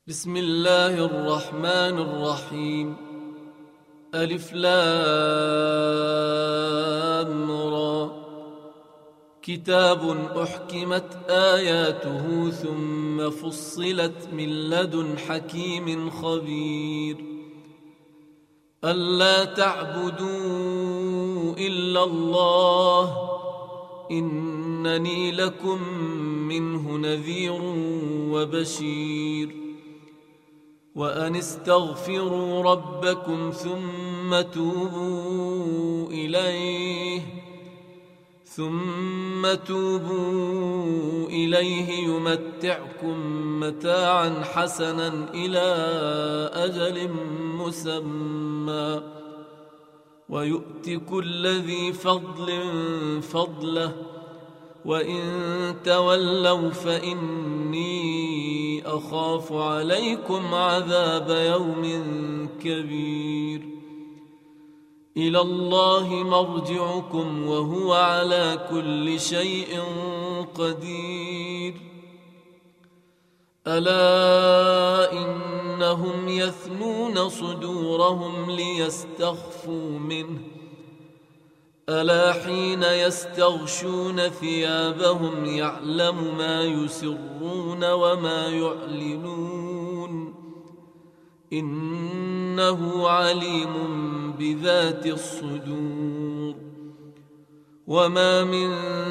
بسم الله الرحمن الرحيم. ألف لام را. كتاب أحكمت آياته ثم فصلت من لدن حكيم خبير. ألا تعبدوا إلا الله إنني لكم منه نذير وبشير. وأن استغفروا ربكم ثم توبوا إليه يمتعكم متاعا حسنا إلى أجل مسمى ويؤت كل ذي فضل فضله وإن تولوا فإني أخاف عليكم عذاب يوم كبير. إلى الله مرجعكم وهو على كل شيء قدير. ألا إنهم يثنون صدورهم ليستخفوا منه ألا حين يستغشون ثيابهم يعلم ما يسرون وما يعلنون إنه عليم بذات الصدور. وما من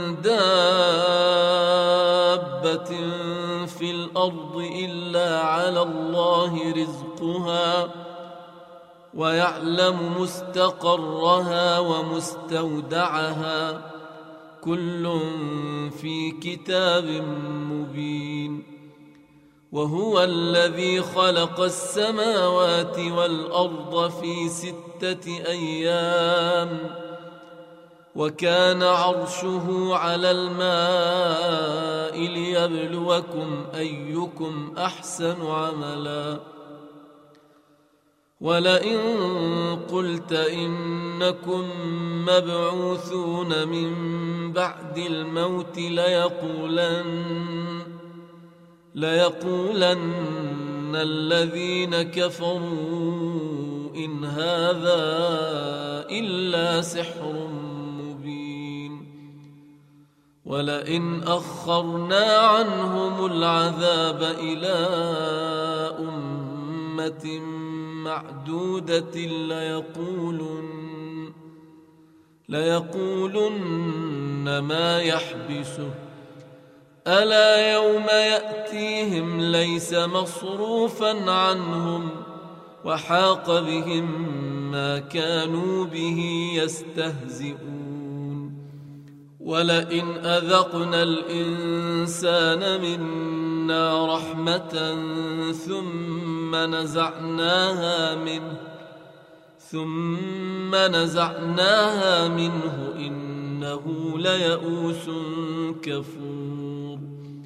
دابة في الأرض إلا على الله رزقها ويعلم مستقرها ومستودعها كل في كتاب مبين. وهو الذي خلق السماوات والأرض في 6 أيام وكان عرشه على الماء ليبلوكم أيكم أحسن عملا. ولئن قلت إنكم مبعوثون من بعد الموت ليقولن الذين كفروا إن هذا إلا سحر مبين. ولئن أخرنا عنهم العذاب إلى أمة معدودة ليقولن ما يحبسه ألا يوم يأتيهم ليس مصروفا عنهم وحاق بهم ما كانوا به يستهزئون. ولئن أذقنا الإنسان منا رحمة ثم نزعناها منه إنه ليئوس كفور.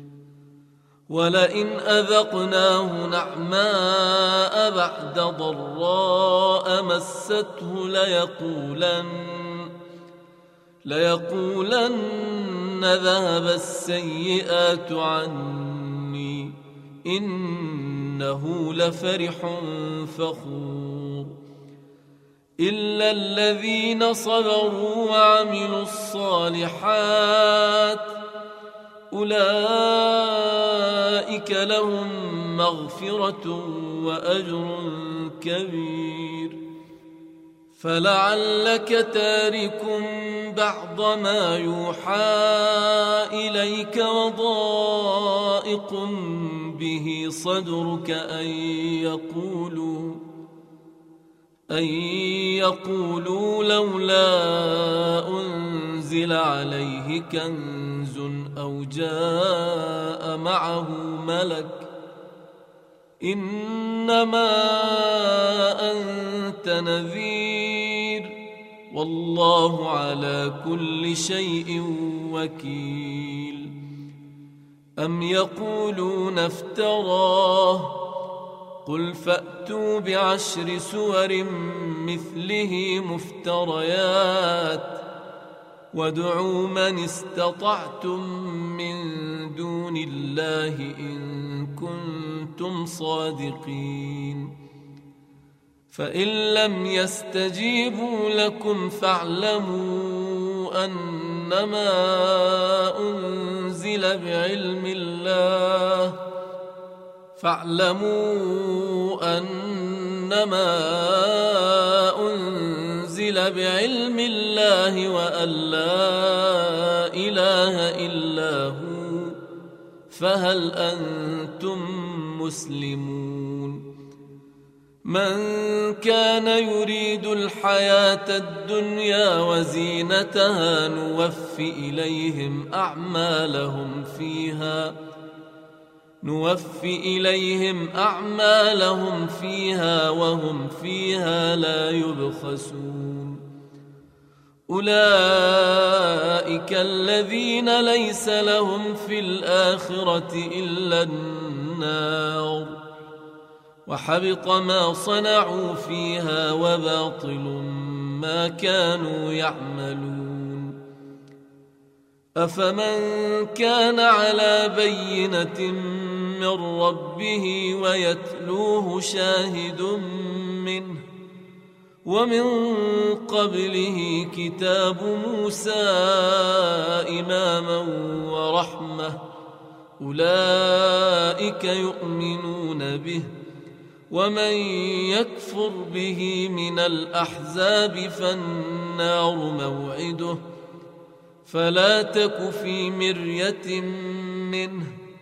ولئن أذقناه نعماء بعد ضراء مسته ليقولن ذهب السيئات عني إنه لفرح فخور. إلا الذين صبروا وعملوا الصالحات أولئك لهم مغفرة وأجر كبير. فلعلك تارك بعض ما يوحى إليك وضائق به صدرك أن يقولوا لولا أنزل عليه كنز أو جاء معه ملك إنما أنت نذير والله على كل شيء وكيل. أم يقولون افتراه قل فأتوا ب10 سور مثله مفتريات وادعوا من استطعتم من دون الله إن كنتم كنتم صادقين فإن لم يستجيبوا لكم فاعلموا أنما أنزل بعلم الله وأن لا إله إلا هو فهل أنتم مسلمون من كان يريد الحياة الدنيا وزينتها نوفي إليهم أعمالهم فيها وهم فيها لا يبخسون أولئك الذين ليس لهم في الآخرة إلا النار وحبط ما صنعوا فيها وباطل ما كانوا يعملون أفمن كان على بينة من ربه ويتلوه شاهد منه ومن قبله كتاب موسى إماما ورحمة أولئك يؤمنون به ومن يكفر به من الأحزاب فالنار موعده فلا تك في مرية منه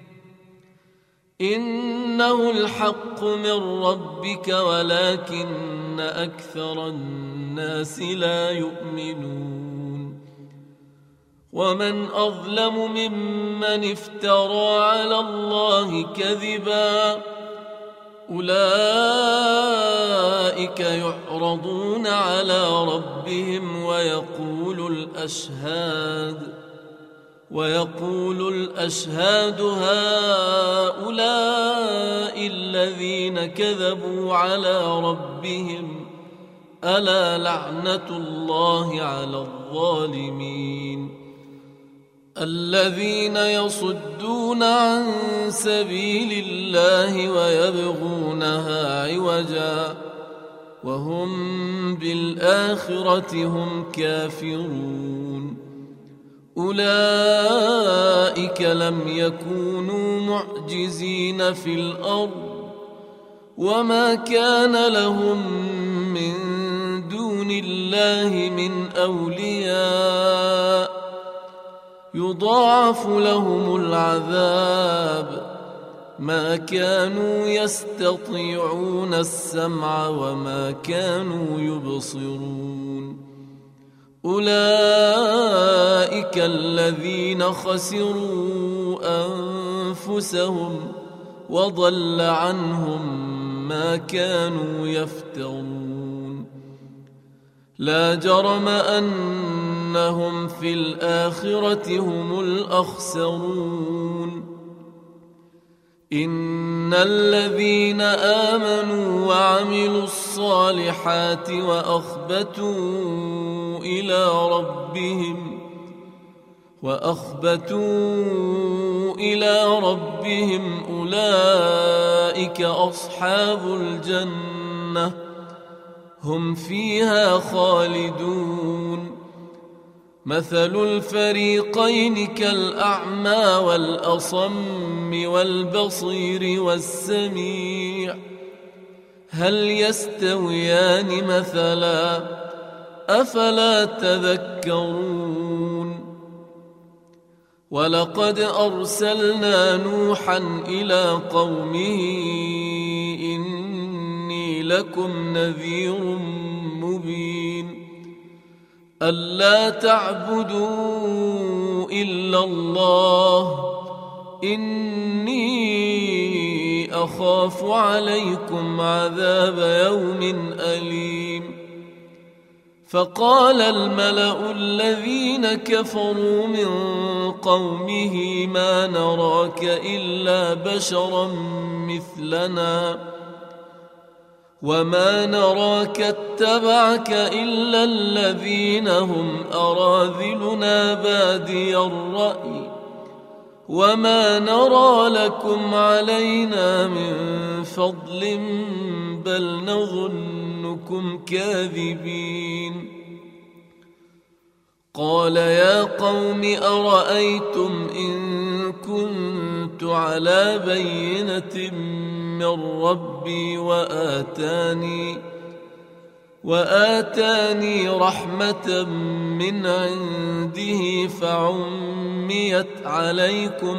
إنه الحق من ربك ولكن أكثر الناس لا يؤمنون ومن أظلم ممن افترى على الله كذبا أولئك يعرضون على ربهم ويقول الأشهاد هؤلاء الذين كذبوا على ربهم ألا لعنة الله على الظالمين الذين يصدون عن سبيل الله ويبغونها عوجا وهم بالآخرة هم كافرون أولئك لم يكونوا معجزين في الأرض وما كان لهم من دون الله من أولياء يضاعف لهم العذاب ما كانوا يستطيعون السمع وما كانوا يبصرون أولئك الذين خسروا أنفسهم وضل عنهم ما كانوا يفترون لا جرم أنهم في الآخرة هم الأخسرون إن الذين آمنوا وعملوا الصالحات وأخبتوا إلى ربهم أولئك أصحاب الجنة هم فيها خالدون مثل الفريقين كالأعمى والأصم والبصير والسميع هل يستويان مثلا أفلا تذكرون ولقد أرسلنا نوحا إلى قومه إني لكم نذير مبين ألا تعبدوا إلا الله إني أخاف عليكم عذاب يوم أليم فقال الملأ الذين كفروا من قومه ما نراك إلا بشرا مثلنا وما نراك اتبعك إلا الذين هم أراذلنا بادي الرأي وما نرى لكم علينا من بفضل بل نظنكم كاذبين. قال يا قوم أرأيتم إن كنت على بينة من ربي وآتاني رحمة من عنده فعميت عليكم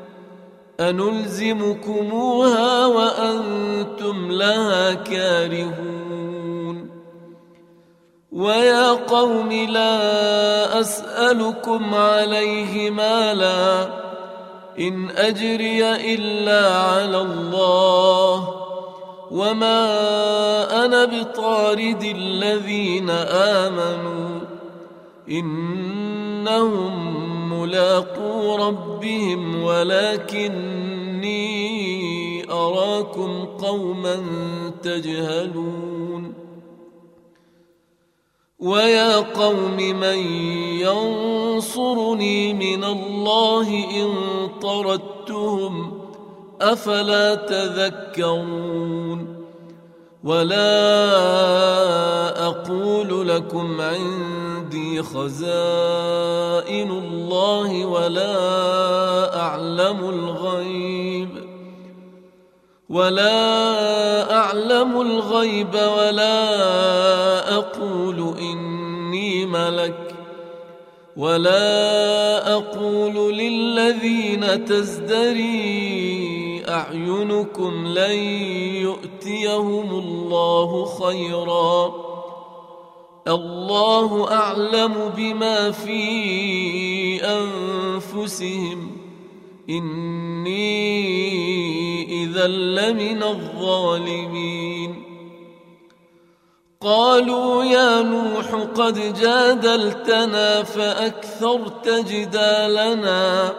أنلزمكموها وأنتم لها كارهون. ويا قوم لا أسألكم عليه مالا إن أجري إلا على الله وما أنا بطارد الذين آمنوا إنهم ملاقو ربهم ولكني أراكم قوما تجهلون. ويا قوم من ينصرني من الله إن طردتهم أفلا تذكرون. ولا أقول لكم عندي خزائن الله ولا أعلم الغيب ولا أقول إني ملك ولا أقول للذين تزدري أعينكم لن يؤتيهم الله خيرا الله أعلم بما في أنفسهم إني إذا لمن الظالمين. قالوا يا نوح قد جادلتنا فأكثرت جدالنا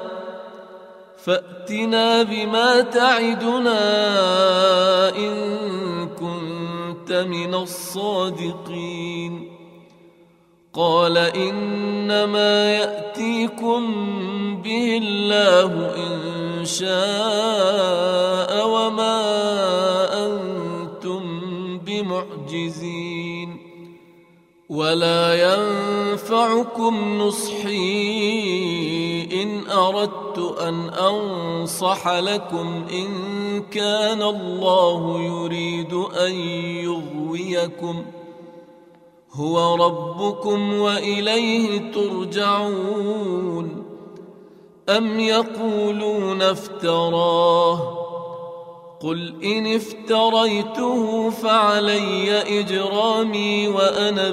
فأتنا بما تعدنا إن كنت من الصادقين. قال إنما يأتيكم به الله إن شاء وما أنتم بمعجزين. ولا ينفعكم نصحي إن أردت أن أنصح لكم إن كان الله يريد أن يغويكم هو ربكم وإليه ترجعون. أم يقولون افتراه قل إن افتريته فعلي إجرامي وأنا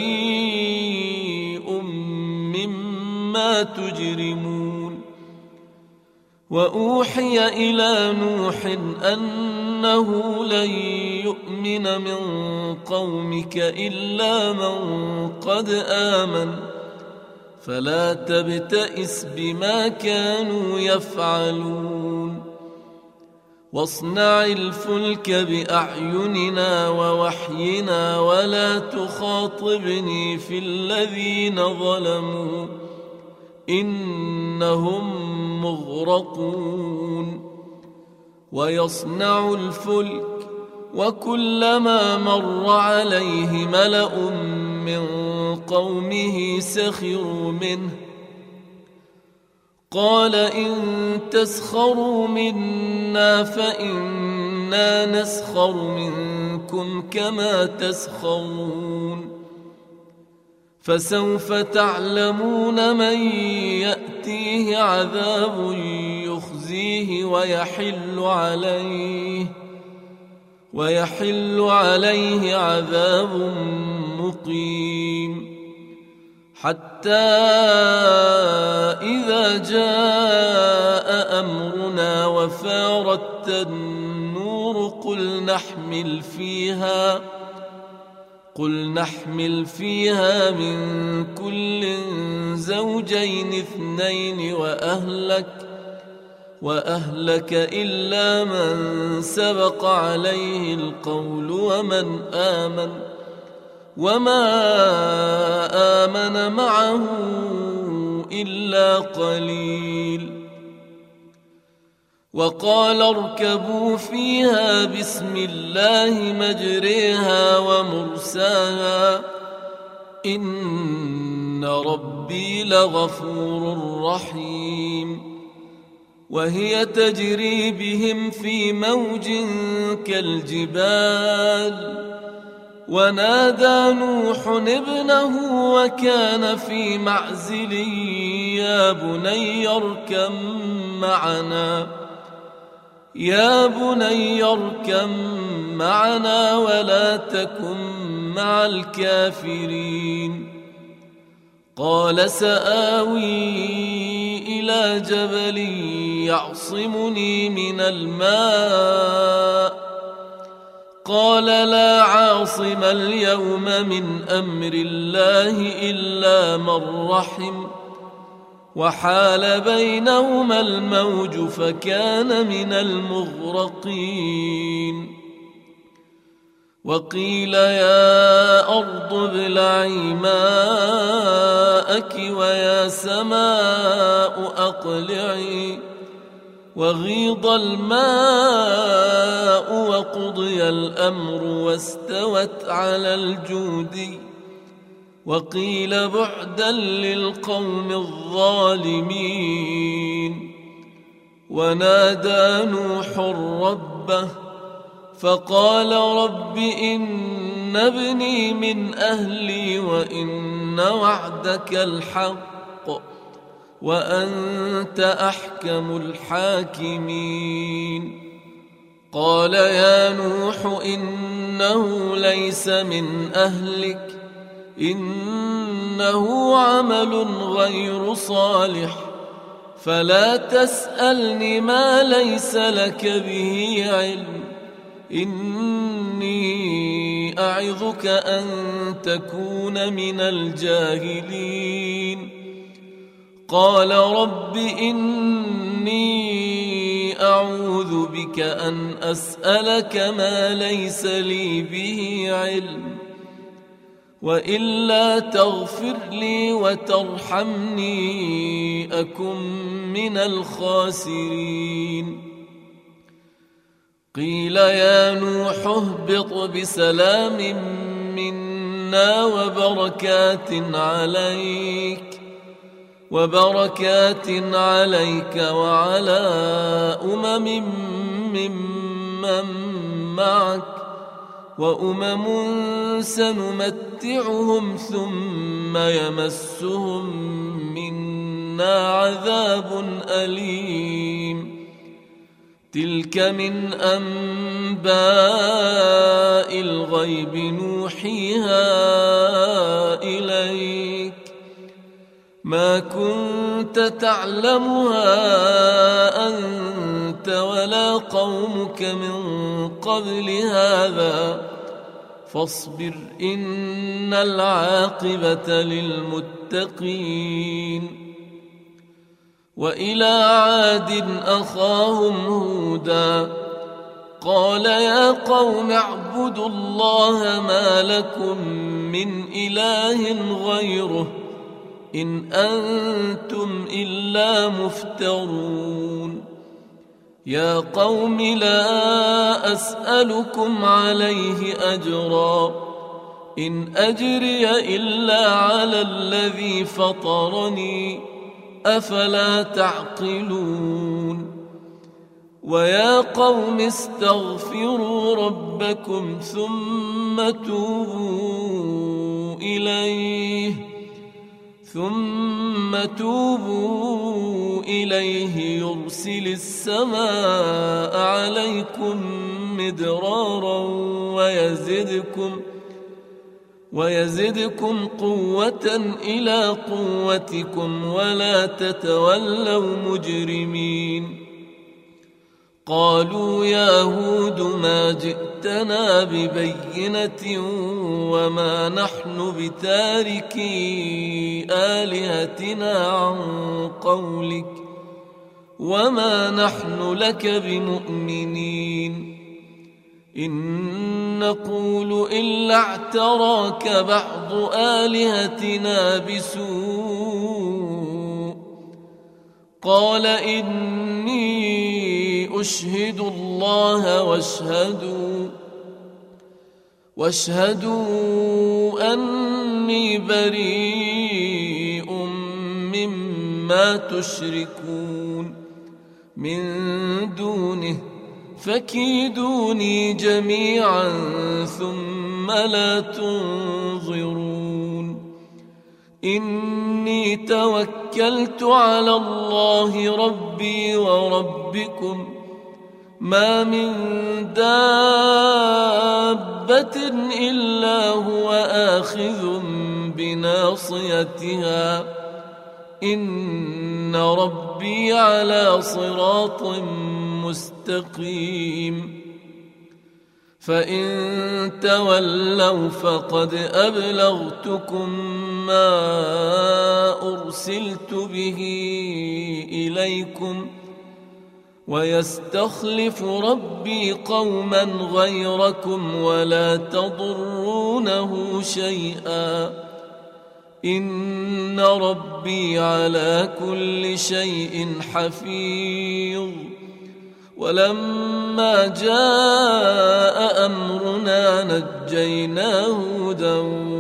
بريء مما تجرمون. وأوحي إلى نوح أنه لن يؤمن من قومك إلا من قد آمن فلا تبتئس بما كانوا يفعلون. واصنع الفلك بأعيننا ووحينا ولا تخاطبني في الذين ظلموا إنهم مغرقون. ويصنع الفلك وكلما مر عليه ملأ من قومه سخروا منه قال إن تسخروا منا فإنا نسخر منكم كما تسخرون. فسوف تعلمون من يأتيه عذاب يخزيه ويحل عليه عذاب مقيم. حتى إذا جاء أمرنا وفارت النور قل نحمل فيها من كل زوجين اثنين وأهلك إلا من سبق عليه القول وما آمن معه إلا قليل. وقال اركبوا فيها بسم الله مجريها ومرساها إن ربي لغفور رحيم وهي تجري بهم في موج كالجبال ونادى نوح ابنه وكان في معزل يا بني اركم معنا ولا تكن مع الكافرين قال سآوي إلى جبل يعصمني من الماء قال لا عاصم اليوم من أمر الله إلا من رحم وحال بينهما الموج فكان من المغرقين وقيل يا أرض ابلعي ماءك ويا سماء أقلعي وغيض الماء وقضي الأمر واستوت على الجودي وقيل بعدا للقوم الظالمين ونادى نوح ربه فقال رب إن ابني من أهلي وإن وعدك الحق وأنت أحكم الحاكمين قال يا نوح إنه ليس من أهلك إنه عمل غير صالح فلا تسألني ما ليس لك به علم إني أعظك أن تكون من الجاهلين قال رب إني أعوذ بك أن أسألك ما ليس لي به علم وإلا تغفر لي وترحمني أكن من الخاسرين قيل يا نوح اهبط بسلام منا وبركات عليك وعلى ممن معك وأمم سنمتعهم ثم يمسهم منا عذاب أليم تلك من أنباء الغيب نوحيها إليك ما كنت تعلمها أنت ولا قومك من قبل هذا فاصبر إن العاقبة للمتقين وإلى عاد أخاهم هودا قال يا قوم اعبدوا الله ما لكم من إله غيره إن أنتم إلا مفترون يا قوم لا أسألكم عليه أجرا إن أجري إلا على الذي فطرني أفلا تعقلون ويا قوم استغفروا ربكم ثم توبوا إليه يرسل السماء عليكم مدرارا ويزدكم قوة إلى قوتكم ولا تتولوا مجرمين قالوا يا هود ما جئتنا ببينة وما نحن بتاركي آلهتنا عن قولك وما نحن لك بمؤمنين إن نقول إلا اعتراك بعض آلهتنا بسوء قال إني اشهدوا الله واشهدوا أني بريء مما تشركون من دونه فكيدوني جميعا ثم لا تنظرون إني توكلت على الله ربي وربكم ما من دابة إلا هو آخذ بناصيتها إن ربي على صراط مستقيم فإن تولوا فقد أبلغتكم ما أرسلت به إليكم ويستخلف ربي قوما غيركم ولا تضرونه شيئا إن ربي على كل شيء حفيظ ولما جاء أمرنا نجينا هودا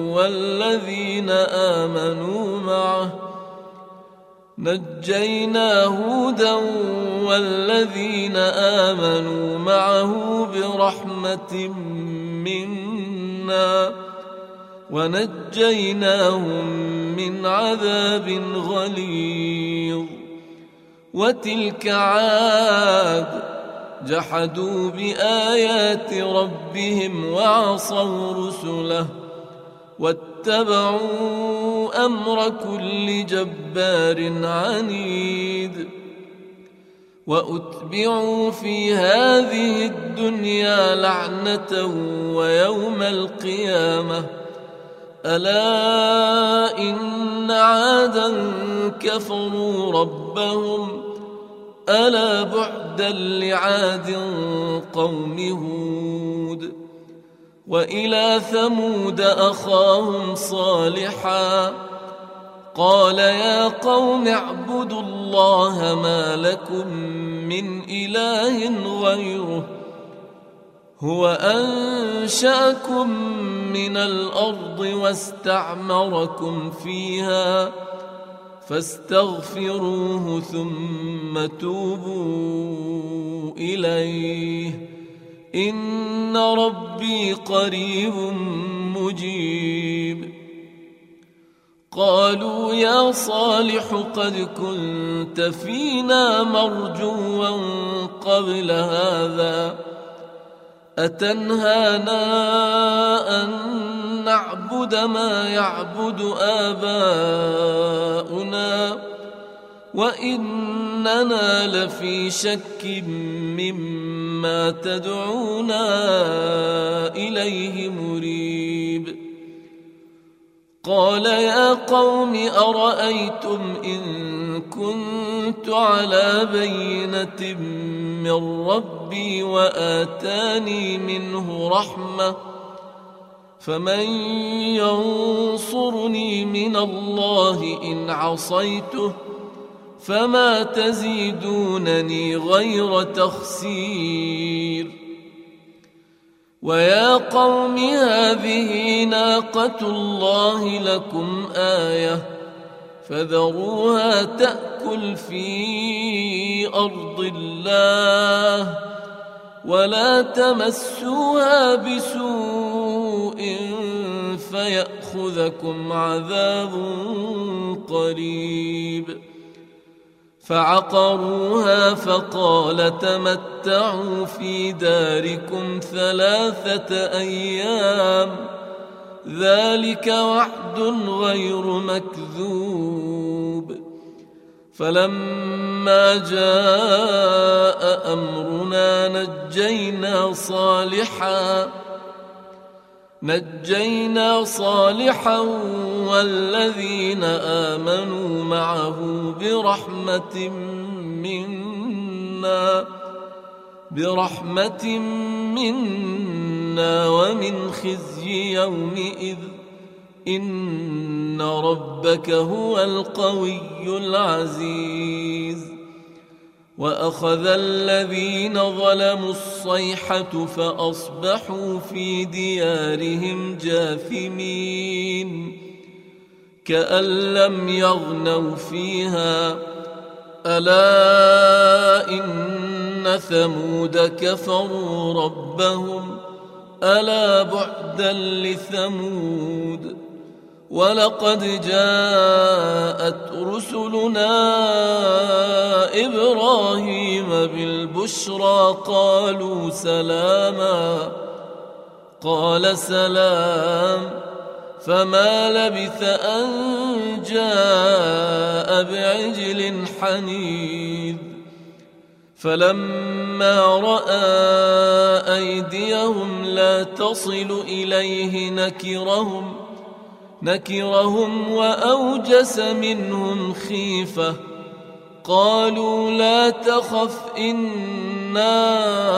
والذين آمنوا معه برحمة منا ونجيناهم من عذاب غليظ وتلك عاد جحدوا بآيات ربهم وعصوا رسله واتبعوا أمر كل جبار عنيد وأتبعوا في هذه الدنيا لعنة ويوم القيامة ألا إن عادا كفروا ربهم ألا بعدا لعاد قوم هود وإلى ثمود أخاهم صالحا قال يا قوم اعبدوا الله ما لكم من إله غيره هو أنشأكم من الأرض واستعمركم فيها فاستغفروه ثم توبوا إليه إن ربي قريب مجيب قالوا يا صالح قد كنت فينا مرجوا قبل هذا أتنهانا أن نعبد ما يعبد آباؤنا وإننا لفي شك مما تدعونا إليه مريب قال يا قوم أرأيتم إن كنت على بينة من ربي وآتاني منه رحمة فمن ينصرني من الله إن عصيته فما تزيدونني غير تخسير ويا قوم هذه ناقة الله لكم آية فذروها تأكل في أرض الله ولا تمسوها بسوء فيأخذكم عذاب قريب فعقروها فقال تمتعوا في داركم 3 أيام ذلك وعد غير مكذوب فلما جاء أمرنا نجينا صالحا والذين آمنوا معه برحمة منا ومن خزي يومئذ إن ربك هو القوي العزيز وأخذ الذين ظلموا الصيحة فأصبحوا في ديارهم جاثمين كأن لم يغنوا فيها ألا إن ثمود كفروا ربهم ألا بعدا لثمود ولقد جاءت رسلنا إبراهيم بالبشرى قالوا سلاما قال سلام فما لبث أن جاء بعجل حنيذ فلما رأى أيديهم لا تصل إليه نكرهم وأوجس منهم خيفة قالوا لا تخف إنا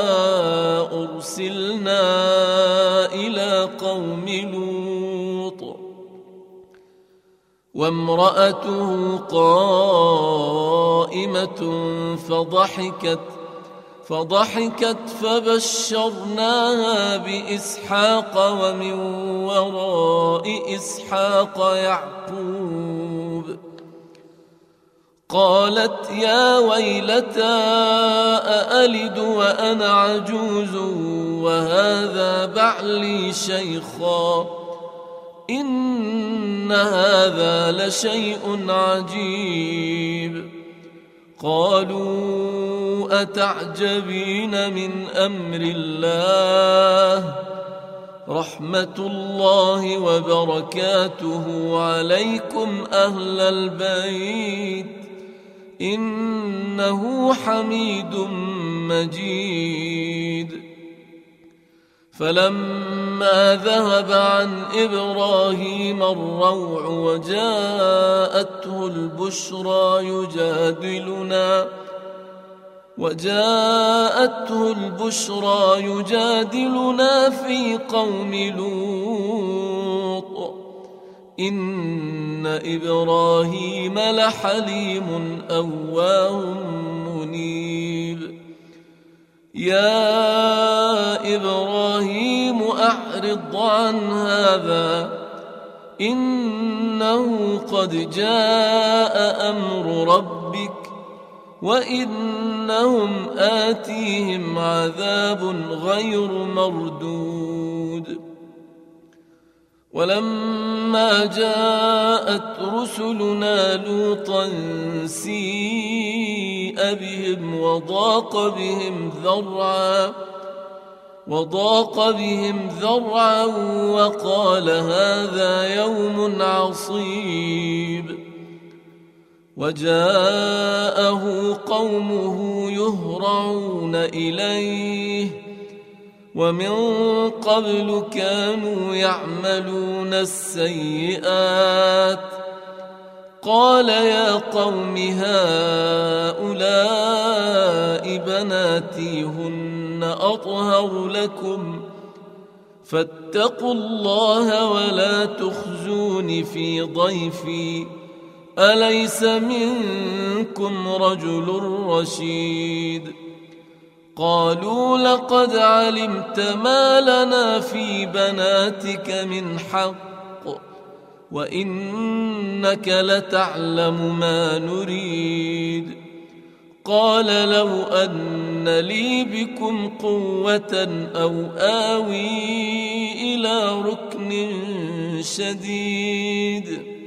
أرسلنا إلى قوم لوط وامرأته قائمة فضحكت فبشرناها بإسحاق ومن وراء إسحاق يعقوب قالت يا ويلتى أألد وأنا عجوز وهذا بعلي شيخا إن هذا لشيء عجيب قالوا أتعجبين من أمر الله رحمة الله وبركاته عليكم أهل البيت إنه حميد مجيد فلما ذهب عن إبراهيم الروع وجاءته البشرى يجادلنا في قوم لوط إن إبراهيم لحليم أواه منيب يا إبراهيم أعرض عن هذا إنه قد جاء أمر ربك وإنهم آتيهم عذاب غير مردود ولما جاءت رسلنا لوطا سيء بهم وضاق بهم ذرعا وقال هذا يوم عصيب وجاءه قومه يهرعون إليه ومن قبل كانوا يعملون السيئات قال يا قوم هؤلاء بناتي هن أطهر لكم فاتقوا الله ولا تخزون في ضيفي أليس منكم رجل رشيد قالوا لقد علمت ما لنا في بناتك من حق وإنك لتعلم ما نريد قال لو أن لي بكم قوة أو آوي إلى ركن شديد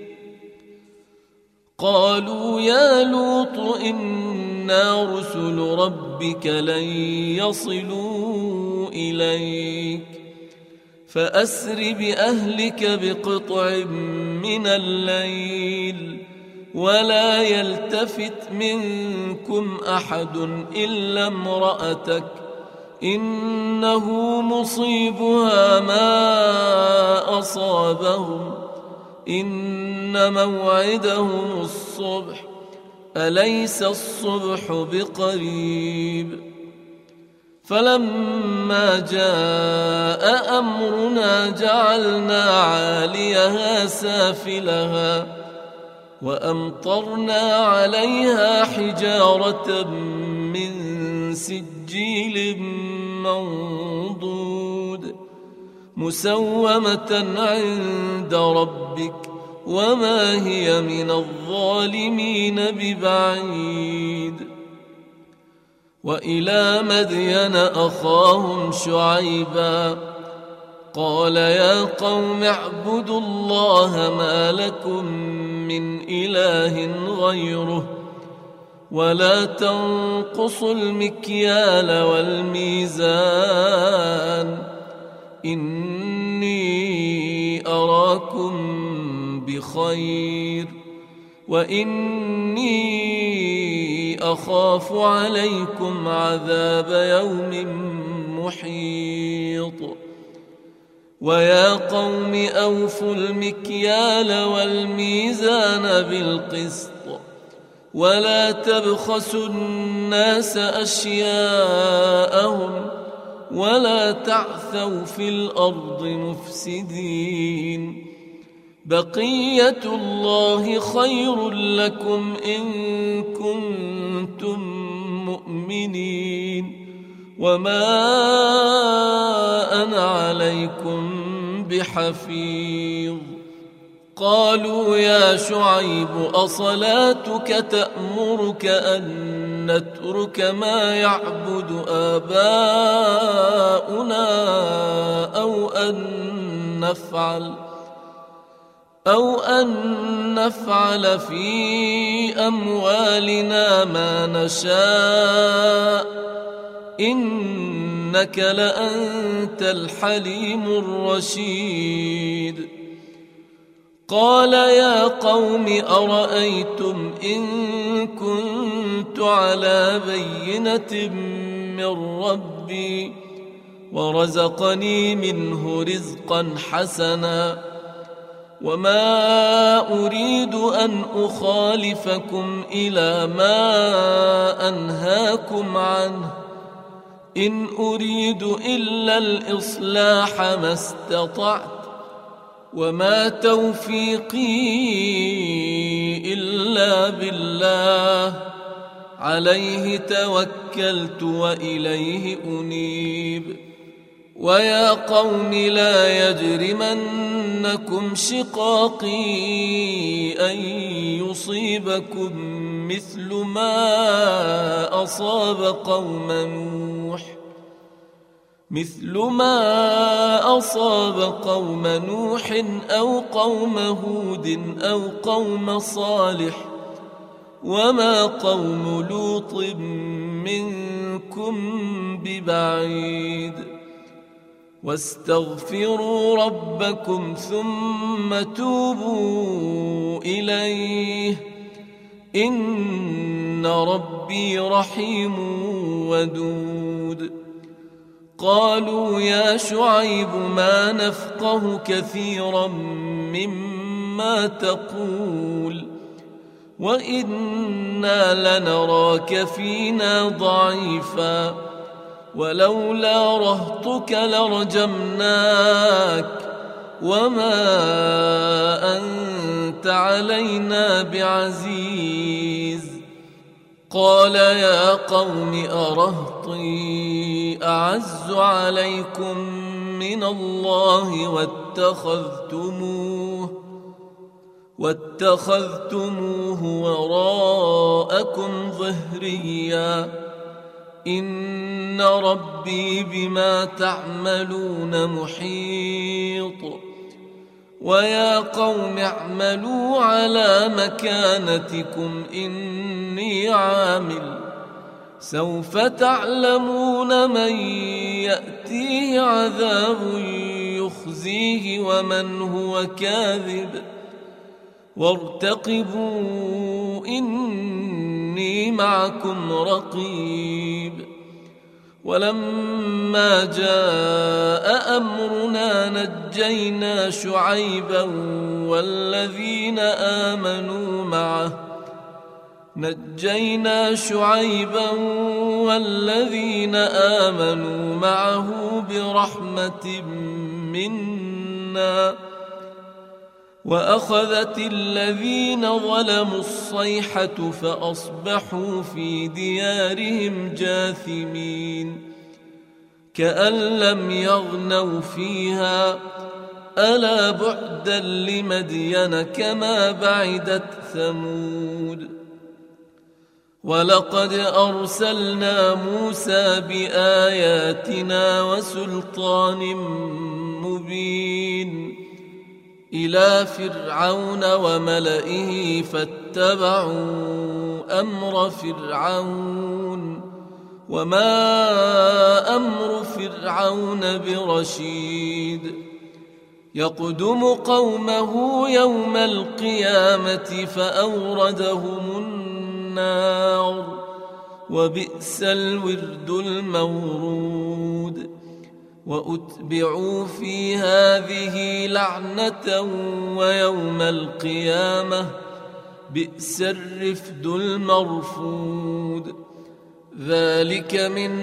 قالوا يا لوط إنا رسل ربك لن يصلوا إليك فأسر بأهلك بقطع من الليل ولا يلتفت منكم أحد إلا امرأتك إنه مصيبها ما أصابهم إن موعدهم الصبح أليس الصبح بقريب فلما جاء أمرنا جعلنا عاليها سافلها وأمطرنا عليها حجارة سجيل منضود مسومة عند ربك وما هي من الظالمين ببعيد وإلى مدين أخاهم شعيبا قال يا قوم اعبدوا الله ما لكم من إله غيره ولا تنقصوا المكيال والميزان إني أراكم بخير وإني أخاف عليكم عذاب يوم محيط ويا قوم أوفوا المكيال والميزان بالقسط ولا تبخسوا الناس أشياءهم ولا تعثوا في الأرض مفسدين بقية الله خير لكم إن كنتم مؤمنين وما أنا عليكم بحفيظ قالوا يا شعيب أصلاتك تأمرك أن نترك ما يعبد آباؤنا أو أن نفعل في أموالنا ما نشاء إنك لأنت الحليم الرشيد قال يا قوم أرأيتم إن كنت على بينة من ربي ورزقني منه رزقا حسنا وما أريد أن أخالفكم إلى ما أنهاكم عنه إن أريد إلا الإصلاح ما استطعت وما توفيقي إلا بالله عليه توكلت وإليه أنيب ويا قوم لا يجرمنكم شقاقي أن يصيبكم مثل ما أصاب قوم نوح أو قوم هود أو قوم صالح وما قوم لوط منكم ببعيد واستغفروا ربكم ثم توبوا إليه إن ربي رحيم ودود قالوا يا شعيب ما نفقه كثيرا مما تقول وإنا لنراك فينا ضعيفا ولولا رهطك لرجمناك وما أنت علينا بعزيز قال يا قوم أرهطي أعز عليكم من الله واتخذتموه وراءكم ظهريا إن ربي بما تعملون محيط ويا قوم اعملوا على مكانتكم إني عامل سوف تعلمون من يأتيه عذاب يخزيه ومن هو كاذب وارتقبوا إني معكم رقيب ولما جاء أمرنا نجينا شعيبا والذين آمنوا معه برحمة منا وأخذت الذين ظلموا الصيحة فأصبحوا في ديارهم جاثمين كأن لم يغنوا فيها ألا بعدا لمدين كما بعدت ثمود ولقد أرسلنا موسى بآياتنا وسلطان مبين إلى فرعون وملئه فاتبعوا أمر فرعون وما أمر فرعون برشيد يقدم قومه يوم القيامة فأوردهم النار وبئس الورد المورود وأتبعوا في هذه لعنة ويوم القيامة بئس الرفد المرفود ذلك من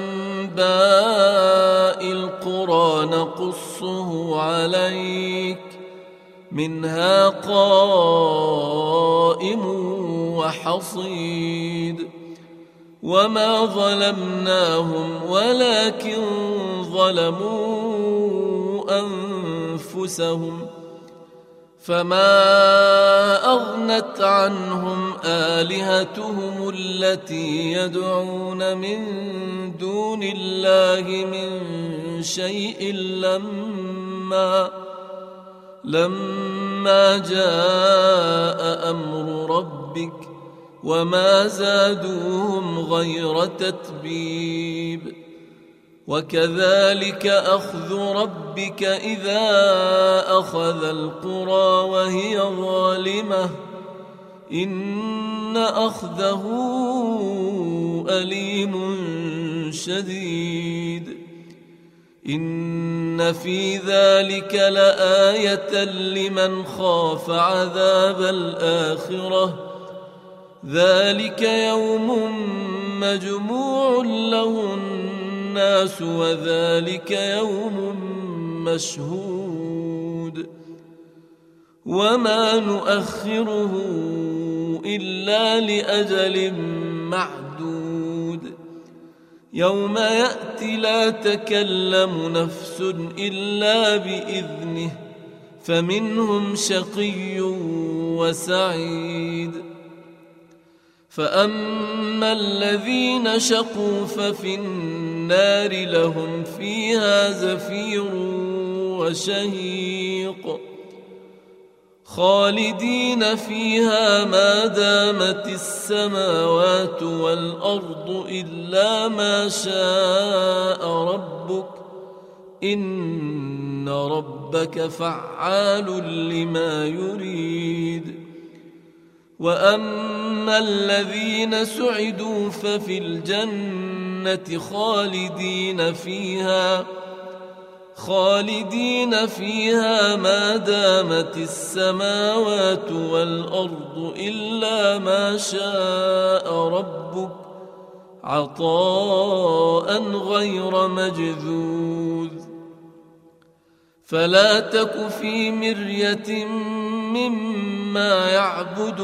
أنباء القرى نقصه عليك منها قائم وحصيد وما ظلمناهم ولكن ظلموا أنفسهم فما أغنت عنهم آلهتهم التي يدعون من دون الله من شيء لما جاء أمر ربك وما زادوهم غير تتبيب وكذلك أخذ ربك إذا أخذ القرى وهي ظالمة إن أخذه أليم شديد إن في ذلك لآية لمن خاف عذاب الآخرة ذلك يوم مجموع له الناس وذلك يوم مشهود وما نؤخره إلا لأجل معدود يوم يأتي لا تكلم نفس إلا بإذنه فمنهم شقي وسعيد فأما الذين شقوا ففي النار لهم فيها زفير وشهيق خالدين فيها ما دامت السماوات والأرض إلا ما شاء ربك إن ربك فعال لما يريد وأما الذين سعدوا ففي الجنة خالدين فيها ما دامت السماوات والأرض إلا ما شاء ربك عطاء غير مجذوذ فلا تك في مرية مما يعبد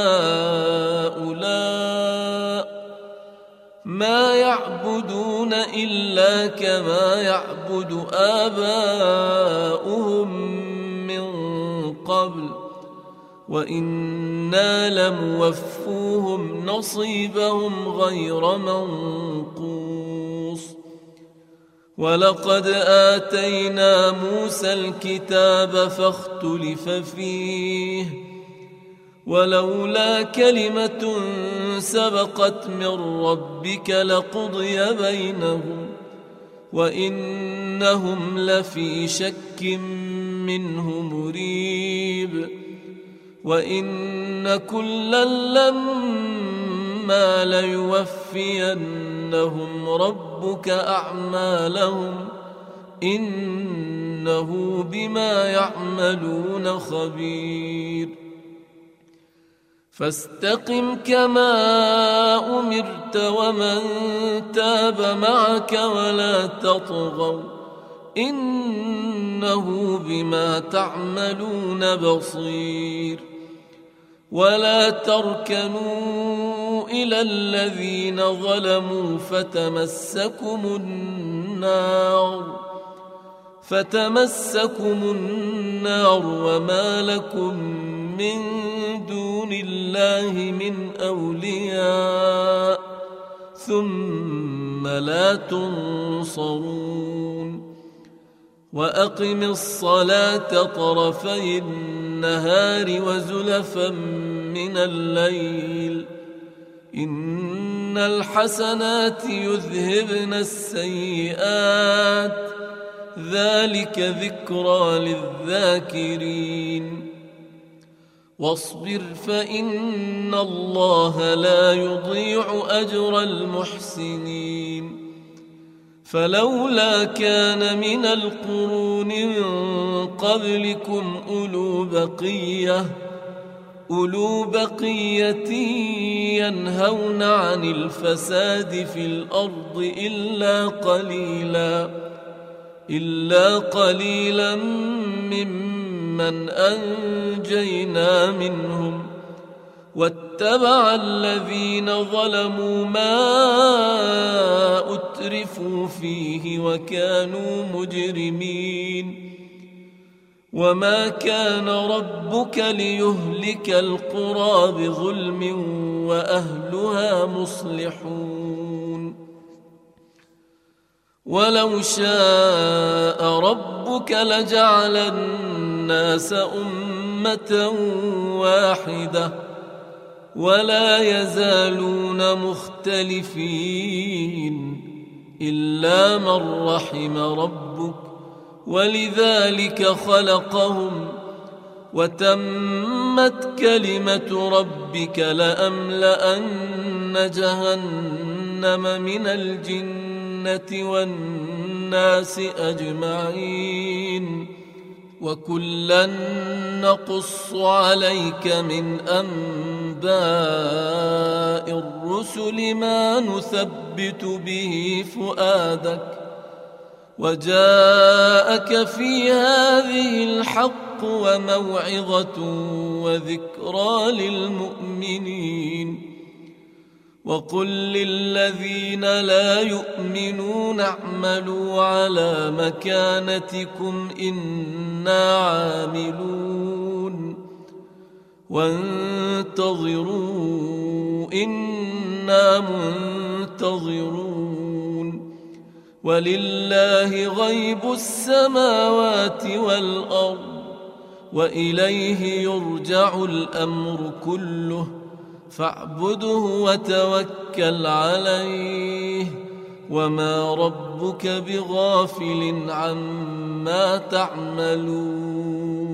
هؤلاء ما يعبدون إلا كما يعبد آباؤهم من قبل وإنا لموفوهم نصيبهم غير منقوص ولقد آتينا موسى الكتاب فاختلف فيه ولولا كلمة سبقت من ربك لقضي بينهم وإنهم لفي شك منه مريب وإن كلا لما ليوفينهم ربك أعمالهم إنه بما يعملون خبير فاستقم كما أمرت ومن تاب معك ولا تطغوا إنه بما تعملون بصير. ولا تركنوا إلى الذين ظلموا فتمسكم النار وما لكم من دون الله من أولياء ثم لا تنصرون. وأقم الصلاة طرفي النهار وزلفا من الليل إن الحسنات يذهبن السيئات ذلك ذكرى للذاكرين. واصبر فإن الله لا يضيع أجر المحسنين. فلولا كان من القرون من قبلكم أولو بقية ينهون عن الفساد في الأرض إلا قليلا ممن أنجينا منهم واتبع الذين ظلموا ما أترفوا فيه وكانوا مجرمين. وما كان ربك ليهلك القرى بظلم وأهلها مصلحون. ولو شاء ربك لجعل الناس أمة واحدة ولا يزالون مختلفين إلا من رحم ربك ولذلك خلقهم وتمت كلمة ربك لأملأن جهنم من الجنة والناس أجمعين. وكلا نقص عليك من أنباء الرسل ما نثبت به فؤادك وجاءك في هذه الحق وموعظة وذكرى للمؤمنين. وقل للذين لا يؤمنون اعملوا على مكانتكم إنا عاملون وانتظروا إنا منتظرون. ولله غيب السماوات والأرض وإليه يرجع الأمر كله فاعبده وتوكل عليه وما ربك بغافل عما تعملون.